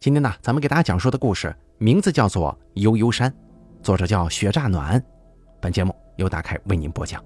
今天呢，咱们给大家讲述的故事名字叫做《悠悠山》，作者叫雪乍暖。本节目由大凯为您播讲。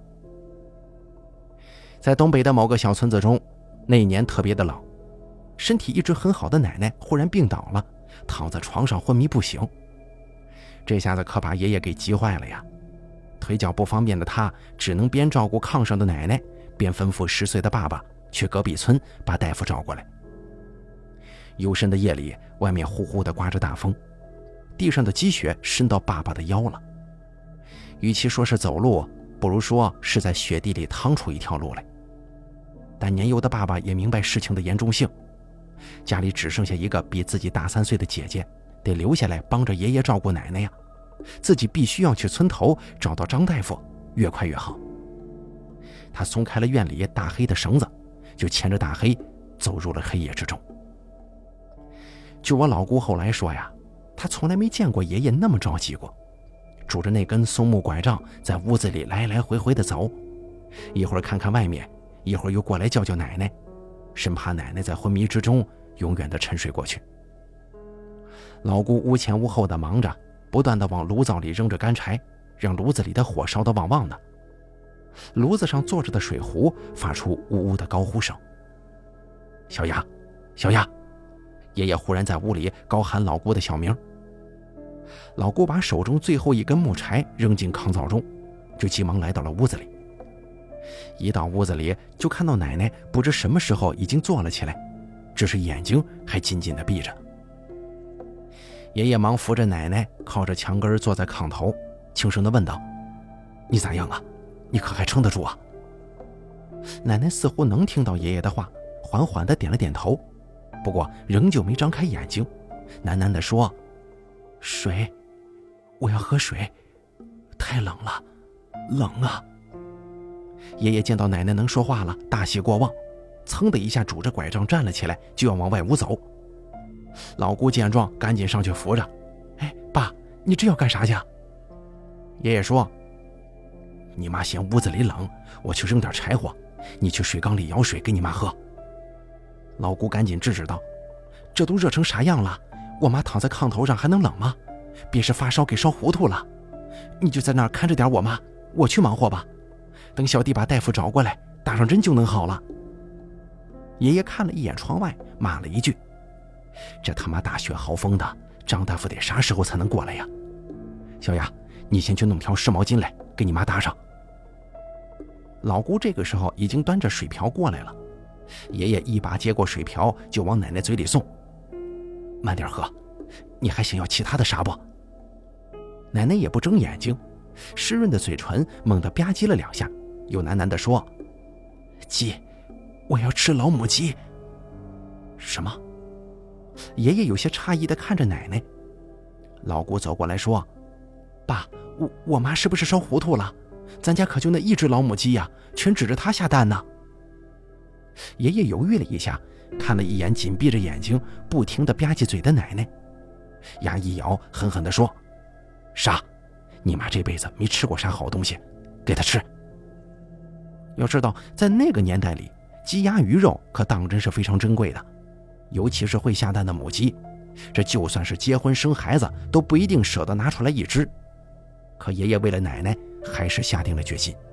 在东北的某个小村子中，那一年特别的冷，身体一直很好的奶奶忽然病倒了，躺在床上昏迷不醒。这下子可把爷爷给急坏了呀！腿脚不方便的他只能边照顾炕上的奶奶，边吩咐10岁的爸爸去隔壁村把大夫找过来。幽深的夜里，外面呼呼地刮着大风，地上的积雪深到爸爸的腰了。与其说是走路，不如说是在雪地里趟出一条路来。但年幼的爸爸也明白事情的严重性，家里只剩下一个比自己大3岁的姐姐，得留下来帮着爷爷照顾奶奶呀。自己必须要去村头找到张大夫，越快越好。他松开了院里大黑的绳子，就牵着大黑走入了黑夜之中。据我老姑后来说呀，她从来没见过爷爷那么着急过，拄着那根松木拐杖在屋子里来来回回地走，一会儿看看外面，一会儿又过来叫叫奶奶，生怕奶奶在昏迷之中永远地沉睡过去。老姑屋前屋后地忙着，不断地往炉灶里扔着干柴，让炉子里的火烧得旺旺的。炉子上坐着的水壶发出呜呜的高呼声。小丫，小丫！爷爷忽然在屋里高喊老姑的小名。老姑把手中最后一根木柴扔进炕灶中，就急忙来到了屋子里。一到屋子里，就看到奶奶不知什么时候已经坐了起来，只是眼睛还紧紧地闭着。爷爷忙扶着奶奶靠着墙根坐在炕头，轻声地问道：你咋样啊？你可还撑得住啊？奶奶似乎能听到爷爷的话，缓缓地点了点头，不过仍旧没张开眼睛，喃喃地说：水，我要喝水，太冷了，冷啊。爷爷见到奶奶能说话了，大喜过望，噌的一下拄着拐杖站了起来，就要往外屋走。老姑见状赶紧上去扶着：哎，爸，你这要干啥去？爷爷说：你妈嫌屋子里冷，我去扔点柴火，你去水缸里舀水给你妈喝。老姑赶紧制止道：这都热成啥样了，我妈躺在炕头上还能冷吗？别是发烧给烧糊涂了。你就在那儿看着点我妈，我去忙活吧，等小弟把大夫找过来，打上针就能好了。爷爷看了一眼窗外，骂了一句：这他妈大雪豪风的，张大夫得啥时候才能过来呀？小丫，你先去弄条湿毛巾来给你妈搭上。老姑这个时候已经端着水瓢过来了，爷爷一把接过水瓢就往奶奶嘴里送：慢点喝，你还想要其他的啥不？奶奶也不睁眼睛，湿润的嘴唇猛地吧唧了2下，又喃喃地说：鸡，我要吃老母鸡。什么？爷爷有些诧异地看着奶奶。老姑走过来说：爸，我妈是不是烧糊涂了？咱家可就那一只老母鸡呀，全指着它下蛋呢。爷爷犹豫了一下，看了一眼紧闭着眼睛不停地吧唧嘴的奶奶，牙一咬，狠狠地说：啥？你妈这辈子没吃过啥好东西，给她吃。要知道在那个年代里，鸡鸭鱼肉可当真是非常珍贵的，尤其是会下蛋的母鸡，这就算是结婚生孩子都不一定舍得拿出来一只。可爷爷为了奶奶还是下定了决心。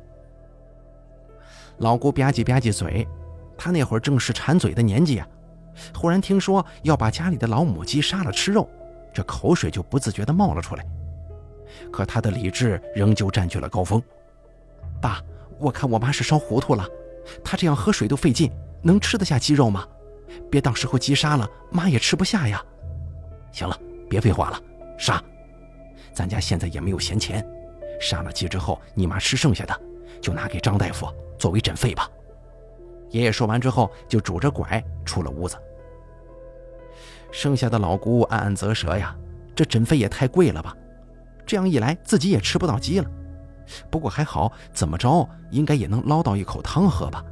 老姑吧唧吧唧嘴，她那会儿正是馋嘴的年纪啊，忽然听说要把家里的老母鸡杀了吃肉，这口水就不自觉地冒了出来。可她的理智仍旧占据了高峰。爸，我看我妈是烧糊涂了，她这样喝水都费劲，能吃得下鸡肉吗？别到时候鸡杀了，妈也吃不下呀。行了，别废话了，杀！咱家现在也没有闲钱，杀了鸡之后，你妈吃剩下的就拿给张大夫作为诊费吧。爷爷说完之后，就拄着拐出了屋子。剩下的老姑暗暗啧舌呀，这诊费也太贵了吧，这样一来自己也吃不到鸡了。不过还好，怎么着应该也能捞到一口汤喝吧。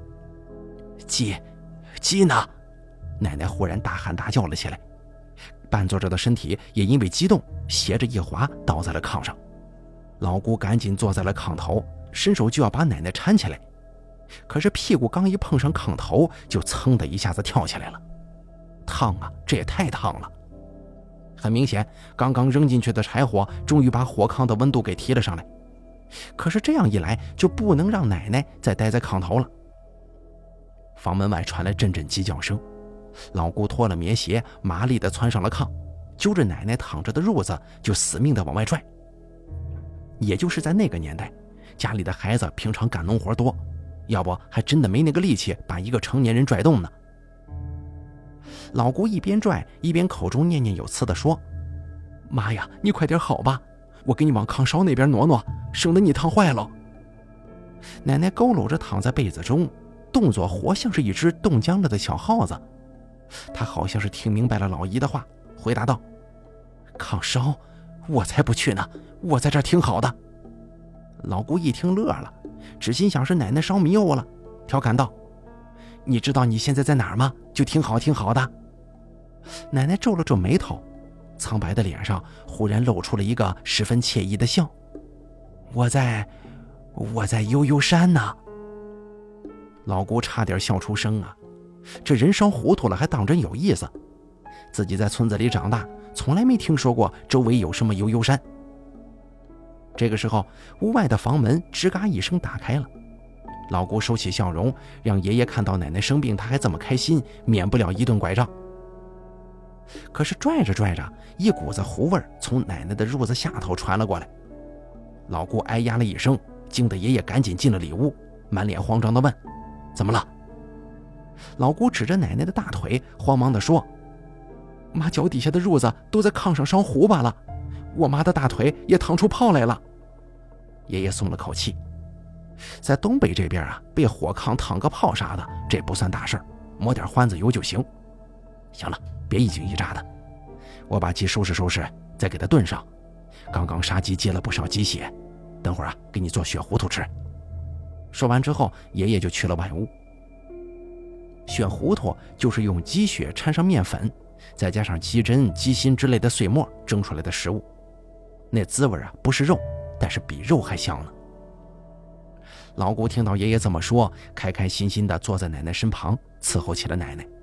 鸡呢？奶奶忽然大喊大叫了起来，半坐着的身体也因为激动斜着一滑，倒在了炕上。老姑赶紧坐在了炕头，伸手就要把奶奶搀起来，可是屁股刚一碰上炕头，就噌的一下子跳起来了。烫啊，这也太烫了！ 很明显，刚刚扔进去的柴火终于把火炕的温度给提了上来。可是这样一来，就不能让奶奶再待在炕头了。房门外传来阵阵鸡叫声，老姑脱了棉鞋，麻利地窜上了炕，揪着奶奶躺着的褥子就死命地往外拽。也就是在那个年代，家里的孩子平常干农活多，要不还真的没那个力气把一个成年人拽动呢。老姑一边拽一边口中念念有词地说：“妈呀，你快点好吧，我给你往炕梢那边挪挪，省得你烫坏了。”奶奶佝偻着躺在被子中，动作活像是一只冻僵了的小耗子。她好像是听明白了老姨的话，回答道：“炕梢，我才不去呢，我在这儿挺好的。”老姑一听乐了，只心想是奶奶烧迷糊了，调侃道：“你知道你现在在哪儿吗？就挺好挺好的。”奶奶皱了皱眉头，苍白的脸上忽然露出了一个十分惬意的笑：“我在悠悠山呢。”老姑差点笑出声啊，这人烧糊涂了还当真有意思。自己在村子里长大，从来没听说过周围有什么悠悠山。这个时候，屋外的房门吱嘎一声打开了，老姑收起笑容，让爷爷看到奶奶生病她还这么开心，免不了一顿拐杖。可是拽着拽着，一股子糊味从奶奶的褥子下头传了过来。老姑哎呀了一声，惊得爷爷赶紧进了里屋，满脸慌张地问：“怎么了？”老姑指着奶奶的大腿，慌忙地说：“妈脚底下的褥子都在炕上烧糊巴了，我妈的大腿也烫出泡来了。”爷爷松了口气，在东北这边啊，被火炕烫个泡啥的，这不算大事儿，抹点欢子油就行。行了，别一惊一乍的，我把鸡收拾收拾，再给它炖上。刚刚杀鸡接了不少鸡血，等会儿啊，给你做血糊涂吃。说完之后，爷爷就去了外屋。血糊涂就是用鸡血掺上面粉，再加上鸡胗、鸡心之类的碎末蒸出来的食物，那滋味啊，不是肉，但是比肉还香呢。老姑听到爷爷这么说，开开心心地坐在奶奶身旁，伺候起了奶奶。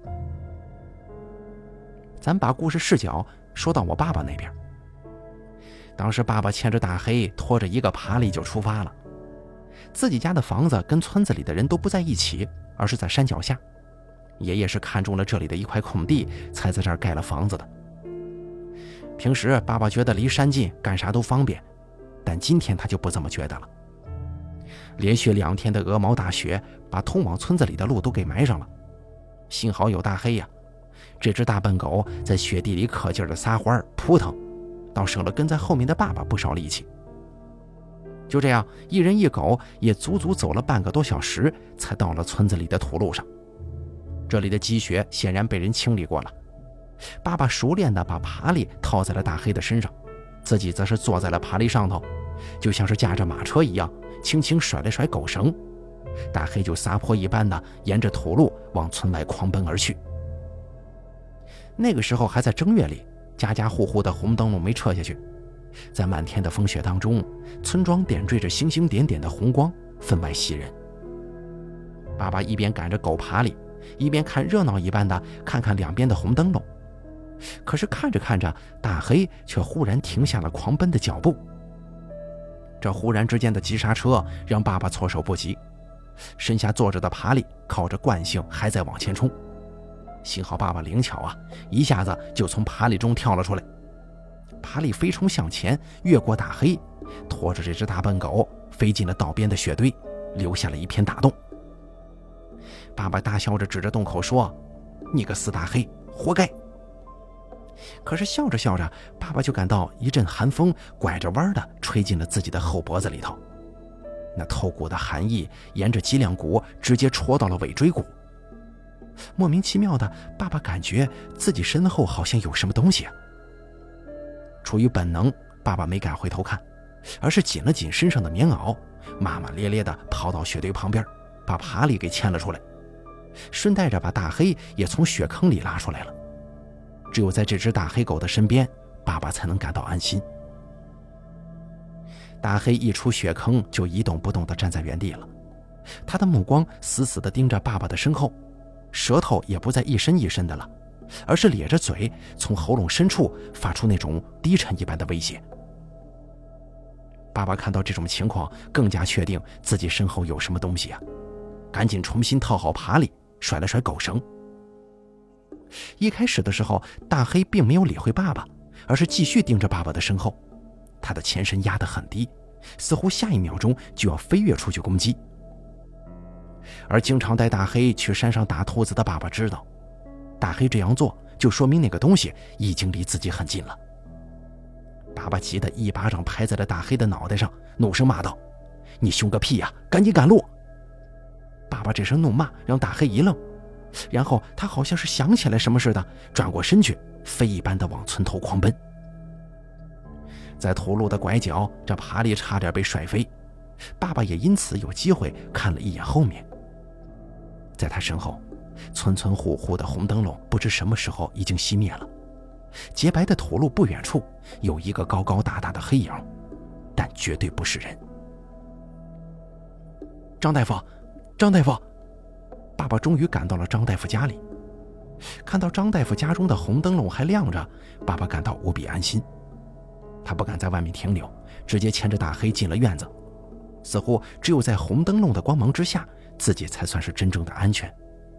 咱把故事视角说到我爸爸那边。当时爸爸牵着大黑，拖着一个爬犁就出发了。自己家的房子跟村子里的人都不在一起，而是在山脚下。爷爷是看中了这里的一块空地，才在这儿盖了房子的。平时爸爸觉得离山近，干啥都方便，但今天他就不这么觉得了。连续2天的鹅毛大雪，把通往村子里的路都给埋上了。幸好有大黑呀，这只大笨狗在雪地里可劲儿的撒欢扑腾，倒省了跟在后面的爸爸不少力气。就这样，一人一狗也足足走了半个多小时，才到了村子里的土路上。这里的积雪显然被人清理过了。爸爸熟练地把爬犁套在了大黑的身上，自己则是坐在了爬犁上头，就像是驾着马车一样，轻轻甩了甩狗绳，大黑就撒泼一般的沿着土路往村外狂奔而去。那个时候还在正月里，家家户户的红灯笼没撤下去，在漫天的风雪当中，村庄点缀着星星点点的红光，分外吸人。爸爸一边赶着狗爬犁，一边看热闹一般的看看两边的红灯笼。可是看着看着，大黑却忽然停下了狂奔的脚步。这忽然之间的急刹车让爸爸措手不及，身下坐着的爬犁靠着惯性还在往前冲。幸好爸爸灵巧啊，一下子就从爬犁中跳了出来。爬犁飞冲向前，越过大黑，拖着这只大笨狗飞进了道边的雪堆，留下了一片大洞。爸爸大笑着指着洞口说：“你个死大黑，活该！”可是笑着笑着，爸爸就感到一阵寒风拐着弯的吹进了自己的后脖子里头，那透骨的寒意沿着脊梁骨直接戳到了尾椎骨。莫名其妙的，爸爸感觉自己身后好像有什么东西啊。出于本能，爸爸没敢回头看，而是紧了紧身上的棉袄，骂骂咧咧地跑到雪堆旁边，把爬犁给牵了出来，顺带着把大黑也从雪坑里拉出来了。只有在这只大黑狗的身边，爸爸才能感到安心。大黑一出雪坑就一动不动地站在原地了，他的目光死死地盯着爸爸的身后，舌头也不再一伸一伸的了， 而是咧着嘴从喉咙深处发出那种低沉一般的威胁。爸爸看到这种情况，更加确定自己身后有什么东西啊，赶紧重新套好爬犁，甩了甩狗绳。一开始的时候，大黑并没有理会爸爸，而是继续盯着爸爸的身后，他的前身压得很低，似乎下一秒钟就要飞跃出去攻击。而经常带大黑去山上打兔子的爸爸知道，大黑这样做就说明那个东西已经离自己很近了。爸爸急得一巴掌拍在了大黑的脑袋上，怒声骂道：“你凶个屁呀，赶紧赶路！”爸爸这声怒骂让大黑一愣，然后他好像是想起来什么似的，转过身去，飞一般的往村头狂奔。在土路的拐角，这爬犁差点被甩飞，爸爸也因此有机会看了一眼后面。在他身后，村村户户的红灯笼不知什么时候已经熄灭了，洁白的土路不远处有一个高高大大的黑影，但绝对不是人。张大夫，张大夫！爸爸终于赶到了张大夫家里。看到张大夫家中的红灯笼还亮着，爸爸感到无比安心。他不敢在外面停留，直接牵着大黑进了院子，似乎只有在红灯笼的光芒之下，自己才算是真正的安全。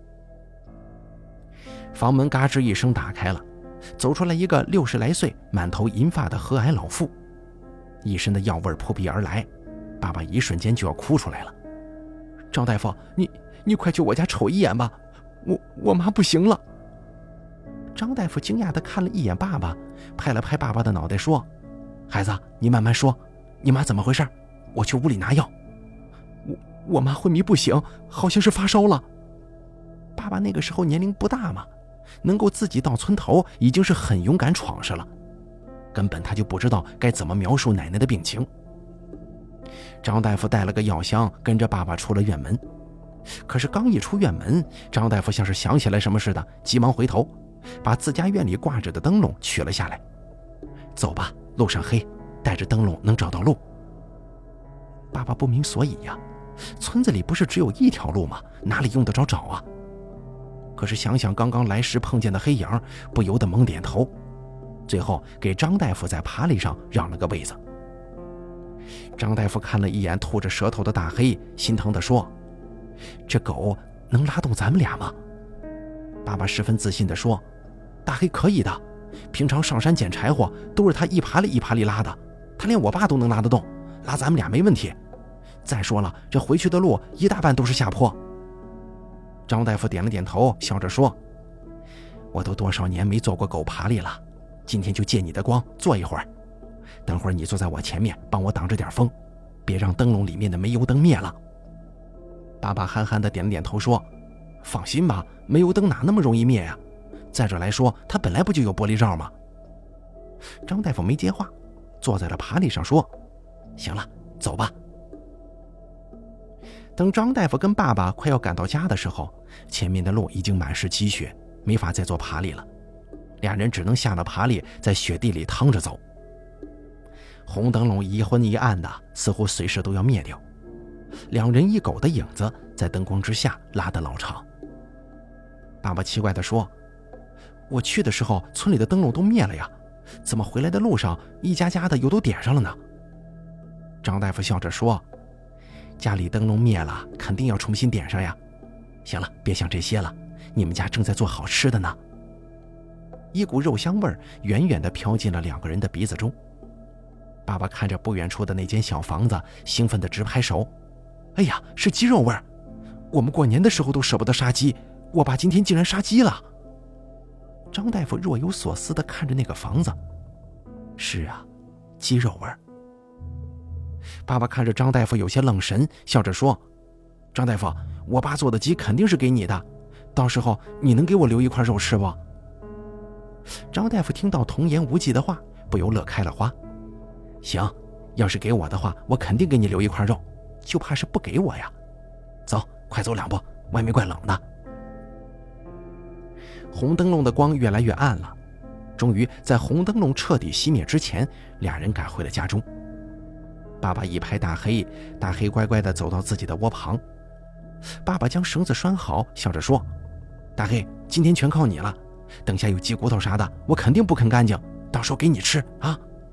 房门嘎吱一声打开了，走出来一个60来岁、满头银发的和蔼老妇，一身的药味扑鼻而来，爸爸一瞬间就要哭出来了。张大夫，你快去我家瞅一眼吧，我妈不行了。张大夫惊讶地看了一眼爸爸，拍了拍爸爸的脑袋说：“孩子，你慢慢说，你妈怎么回事？我去屋里拿药。”我妈昏迷不醒，好像是发烧了。爸爸那个时候年龄不大嘛，能够自己到村头已经是很勇敢闯实了，根本他就不知道该怎么描述奶奶的病情。张大夫带了个药箱，跟着爸爸出了院门。可是刚一出院门，张大夫像是想起来什么似的，急忙回头，把自家院里挂着的灯笼取了下来。走吧，路上黑，带着灯笼能找到路。爸爸不明所以呀，村子里不是只有一条路吗？哪里用得着找啊？可是想想刚刚来时碰见的黑影，不由得猛点头，最后给张大夫在爬犁上让了个位子。张大夫看了一眼吐着舌头的大黑，心疼地说：“这狗能拉动咱们俩吗？”爸爸十分自信地说：“大黑可以的，平常上山捡柴火都是他一爬犁一爬犁拉的，他连我爸都能拉得动，拉咱们俩没问题。再说了，这回去的路一大半都是下坡。”张大夫点了点头，笑着说：“我都多少年没坐过狗爬犁了，今天就借你的光坐一会儿。等会儿你坐在我前面，帮我挡着点风，别让灯笼里面的煤油灯灭了。”爸爸憨憨地点了点头说：“放心吧，煤油灯哪那么容易灭呀？再者来说，它本来不就有玻璃罩吗？”张大夫没接话，坐在了爬犁上说：“行了，走吧。”等张大夫跟爸爸快要赶到家的时候，前面的路已经满是积雪，没法再做爬犁了，俩人只能下了爬犁，在雪地里趟着走。红灯笼一昏一暗的，似乎随时都要灭掉，两人一狗的影子在灯光之下拉得老长。爸爸奇怪地说：“我去的时候村里的灯笼都灭了呀，怎么回来的路上一家家的又都点上了呢？”张大夫笑着说：“家里灯笼灭了，肯定要重新点上呀。行了，别想这些了，你们家正在做好吃的呢。”一股肉香味远远地飘进了两个人的鼻子中。爸爸看着不远处的那间小房子，兴奋地直拍手：“哎呀，是鸡肉味儿！我们过年的时候都舍不得杀鸡，我爸今天竟然杀鸡了。”张大夫若有所思地看着那个房子：“是啊，鸡肉味儿。”爸爸看着张大夫有些愣神，笑着说：“张大夫，我爸做的鸡肯定是给你的，到时候你能给我留一块肉吃不？”张大夫听到童言无忌的话，不由乐开了花：“行，要是给我的话，我肯定给你留一块肉，就怕是不给我呀。走，快走2步，外面怪冷的。”红灯笼的光越来越暗了，终于在红灯笼彻底熄灭之前，俩人赶回了家中。爸爸一拍大黑，大黑乖乖地走到自己的窝旁。爸爸将绳子拴好，笑着说：“大黑，今天全靠你了， 等下有鸡骨头啥的，我肯定不啃干净，到时候给你吃啊。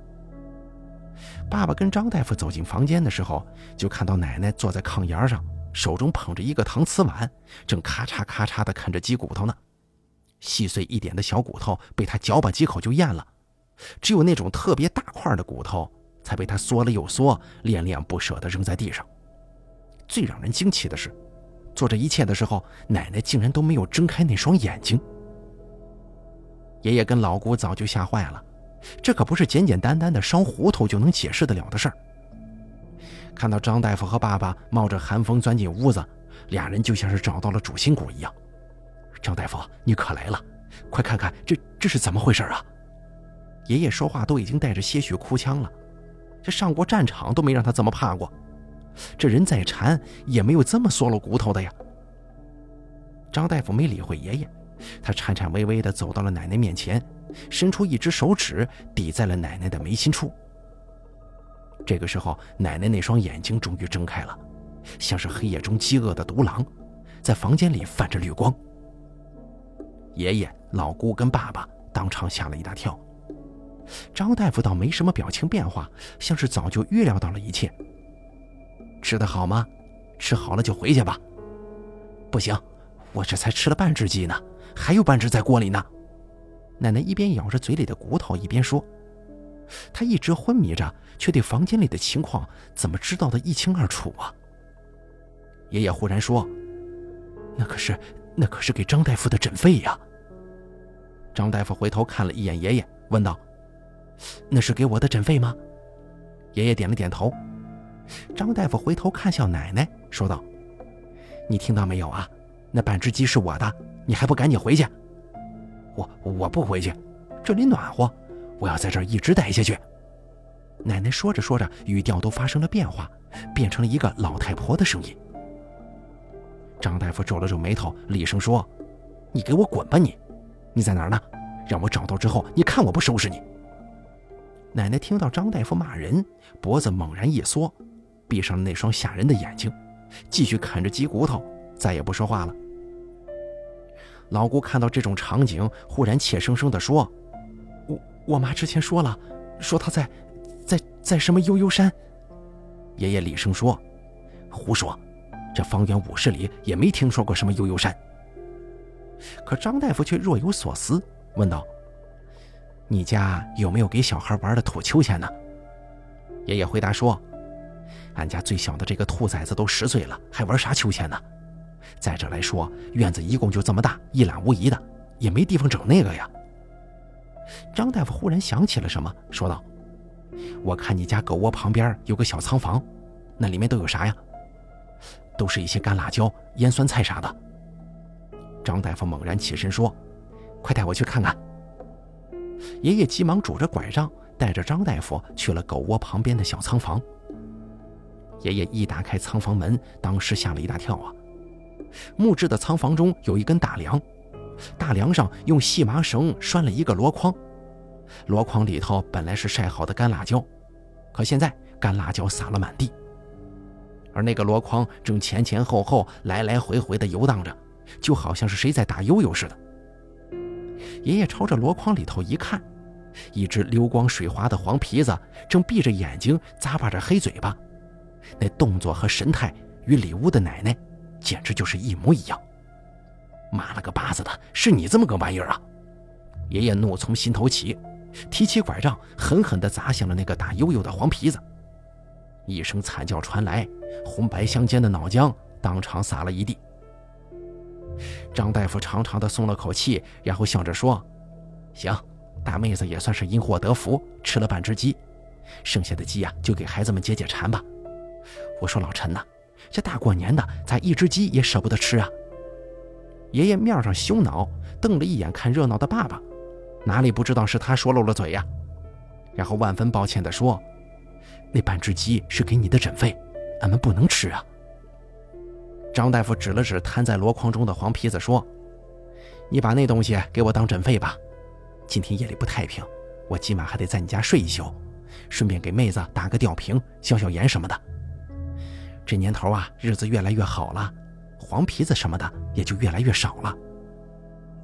爸爸跟张大夫走进房间的时候，就看到奶奶坐在炕沿上，手中捧着一个搪瓷碗，正咔嚓咔嚓地啃着鸡骨头呢。细碎一点的小骨头被他嚼吧几口就咽了，只有那种特别大块的骨头才被他缩了又缩，恋恋不舍地扔在地上。最让人惊奇的是，做这一切的时候，奶奶竟然都没有睁开那双眼睛。爷爷跟老姑早就吓坏了，这可不是简简单单的烧糊涂就能解释得了的事儿。看到张大夫和爸爸冒着寒风钻进屋子，俩人就像是找到了主心骨一样。张大夫，你可来了，快看看这是怎么回事啊？爷爷说话都已经带着些许哭腔了，这上过战场都没让他这么怕过，这人再馋也没有这么缩了骨头的呀。张大夫没理会爷爷，他颤颤巍巍地走到了奶奶面前，伸出一只手指抵在了奶奶的眉心处。这个时候，奶奶那双眼睛终于睁开了，像是黑夜中饥饿的独狼，在房间里泛着绿光。爷爷、老姑跟爸爸当场吓了一大跳，张大夫倒没什么表情变化，像是早就预料到了一切。吃得好吗？吃好了就回去吧。不行，我这才吃了半只鸡呢，还有半只在锅里呢。奶奶一边咬着嘴里的骨头一边说，她一直昏迷着，却对房间里的情况怎么知道得一清二楚啊。爷爷忽然说，那可是给张大夫的诊费呀。张大夫回头看了一眼爷爷，问道，那是给我的诊费吗？爷爷点了点头。张大夫回头看向奶奶，说道，你听到没有啊？那半只鸡是我的，你还不赶紧回去？我不回去，这里暖和，我要在这儿一直待下去。奶奶说着说着，语调都发生了变化，变成了一个老太婆的声音。张大夫皱了皱眉头，厉声说，你给我滚吧你在哪儿呢？让我找到之后，你看我不收拾你。奶奶听到张大夫骂人，脖子猛然一缩，闭上了那双吓人的眼睛，继续啃着鸡骨头，再也不说话了。老姑看到这种场景，忽然怯生生地说，我妈之前说了，说她在什么悠悠山。爷爷厉声说，胡说，这方圆50里也没听说过什么悠悠山。可张大夫却若有所思，问道，你家有没有给小孩玩的土秋千呢？爷爷回答说，俺家最小的这个兔崽子都10岁了，还玩啥秋千呢？再者来说，院子一共就这么大，一览无遗的，也没地方整那个呀。张大夫忽然想起了什么，说道，我看你家狗窝旁边有个小仓房，那里面都有啥呀？都是一些干辣椒、腌酸菜啥的。张大夫猛然起身说，快带我去看看。爷爷急忙拄着拐杖，带着张大夫去了狗窝旁边的小仓房。爷爷一打开仓房门，当时吓了一大跳啊！木质的仓房中有一根大梁，大梁上用细麻绳拴了一个箩筐，箩筐里头本来是晒好的干辣椒，可现在干辣椒撒了满地，而那个箩筐正前前后后来来回回地游荡着，就好像是谁在打悠悠似的。爷爷朝着箩筐里头一看，一只溜光水滑的黄皮子正闭着眼睛咂巴着黑嘴巴，那动作和神态与里屋的奶奶简直就是一模一样。妈了个巴子的，是你这么个玩意儿啊！爷爷怒从心头起，提起拐杖狠狠地砸向了那个打悠悠的黄皮子。一声惨叫传来，红白相间的脑浆当场洒了一地。张大夫长长的松了口气，然后笑着说，行，大妹子也算是因祸得福，吃了半只鸡，剩下的鸡呀，就给孩子们解解馋吧。我说老陈呐，这大过年的，咋一只鸡也舍不得吃啊？爷爷面上羞恼，瞪了一眼看热闹的爸爸，哪里不知道是他说漏了嘴呀？然后万分抱歉地说，那半只鸡是给你的诊费，俺们不能吃啊。张大夫指了指摊在箩筐中的黄皮子说，你把那东西给我当诊费吧，今天夜里不太平，我今晚还得在你家睡一宿，顺便给妹子打个吊瓶消消炎什么的。这年头啊，日子越来越好了，黄皮子什么的也就越来越少了。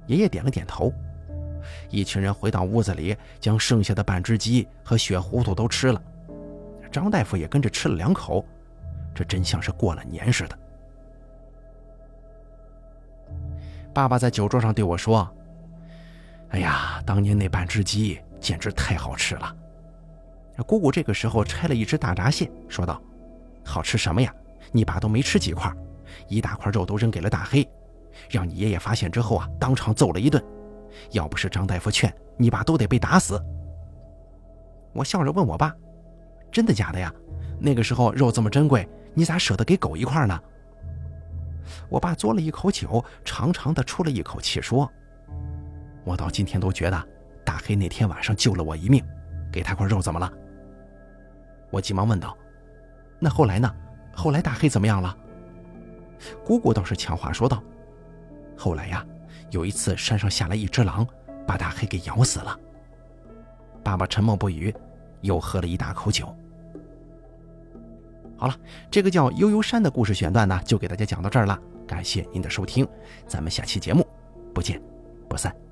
爷爷点了点头。一群人回到屋子里，将剩下的半只鸡和血糊涂都吃了。张大夫也跟着吃了2口，这真像是过了年似的。爸爸在酒桌上对我说：“哎呀，当年那半只鸡简直太好吃了。”姑姑这个时候拆了一只大闸蟹，说道：“好吃什么呀？你爸都没吃几块，一大块肉都扔给了大黑，让你爷爷发现之后啊，当场揍了一顿。要不是张大夫劝，你爸都得被打死。”我笑着问我爸：“真的假的呀？那个时候肉这么珍贵，你咋舍得给狗一块呢？”我爸嘬了一口酒，长长的出了一口气说：“我到今天都觉得大黑那天晚上救了我一命，给他块肉怎么了？”我急忙问道：“那后来呢？后来大黑怎么样了？”姑姑倒是抢话说道：“后来呀，有一次山上下来一只狼，把大黑给咬死了。”爸爸沉默不语，又喝了一大口酒。好了，这个叫悠悠山的故事选段呢，就给大家讲到这儿了。感谢您的收听，咱们下期节目不见不散。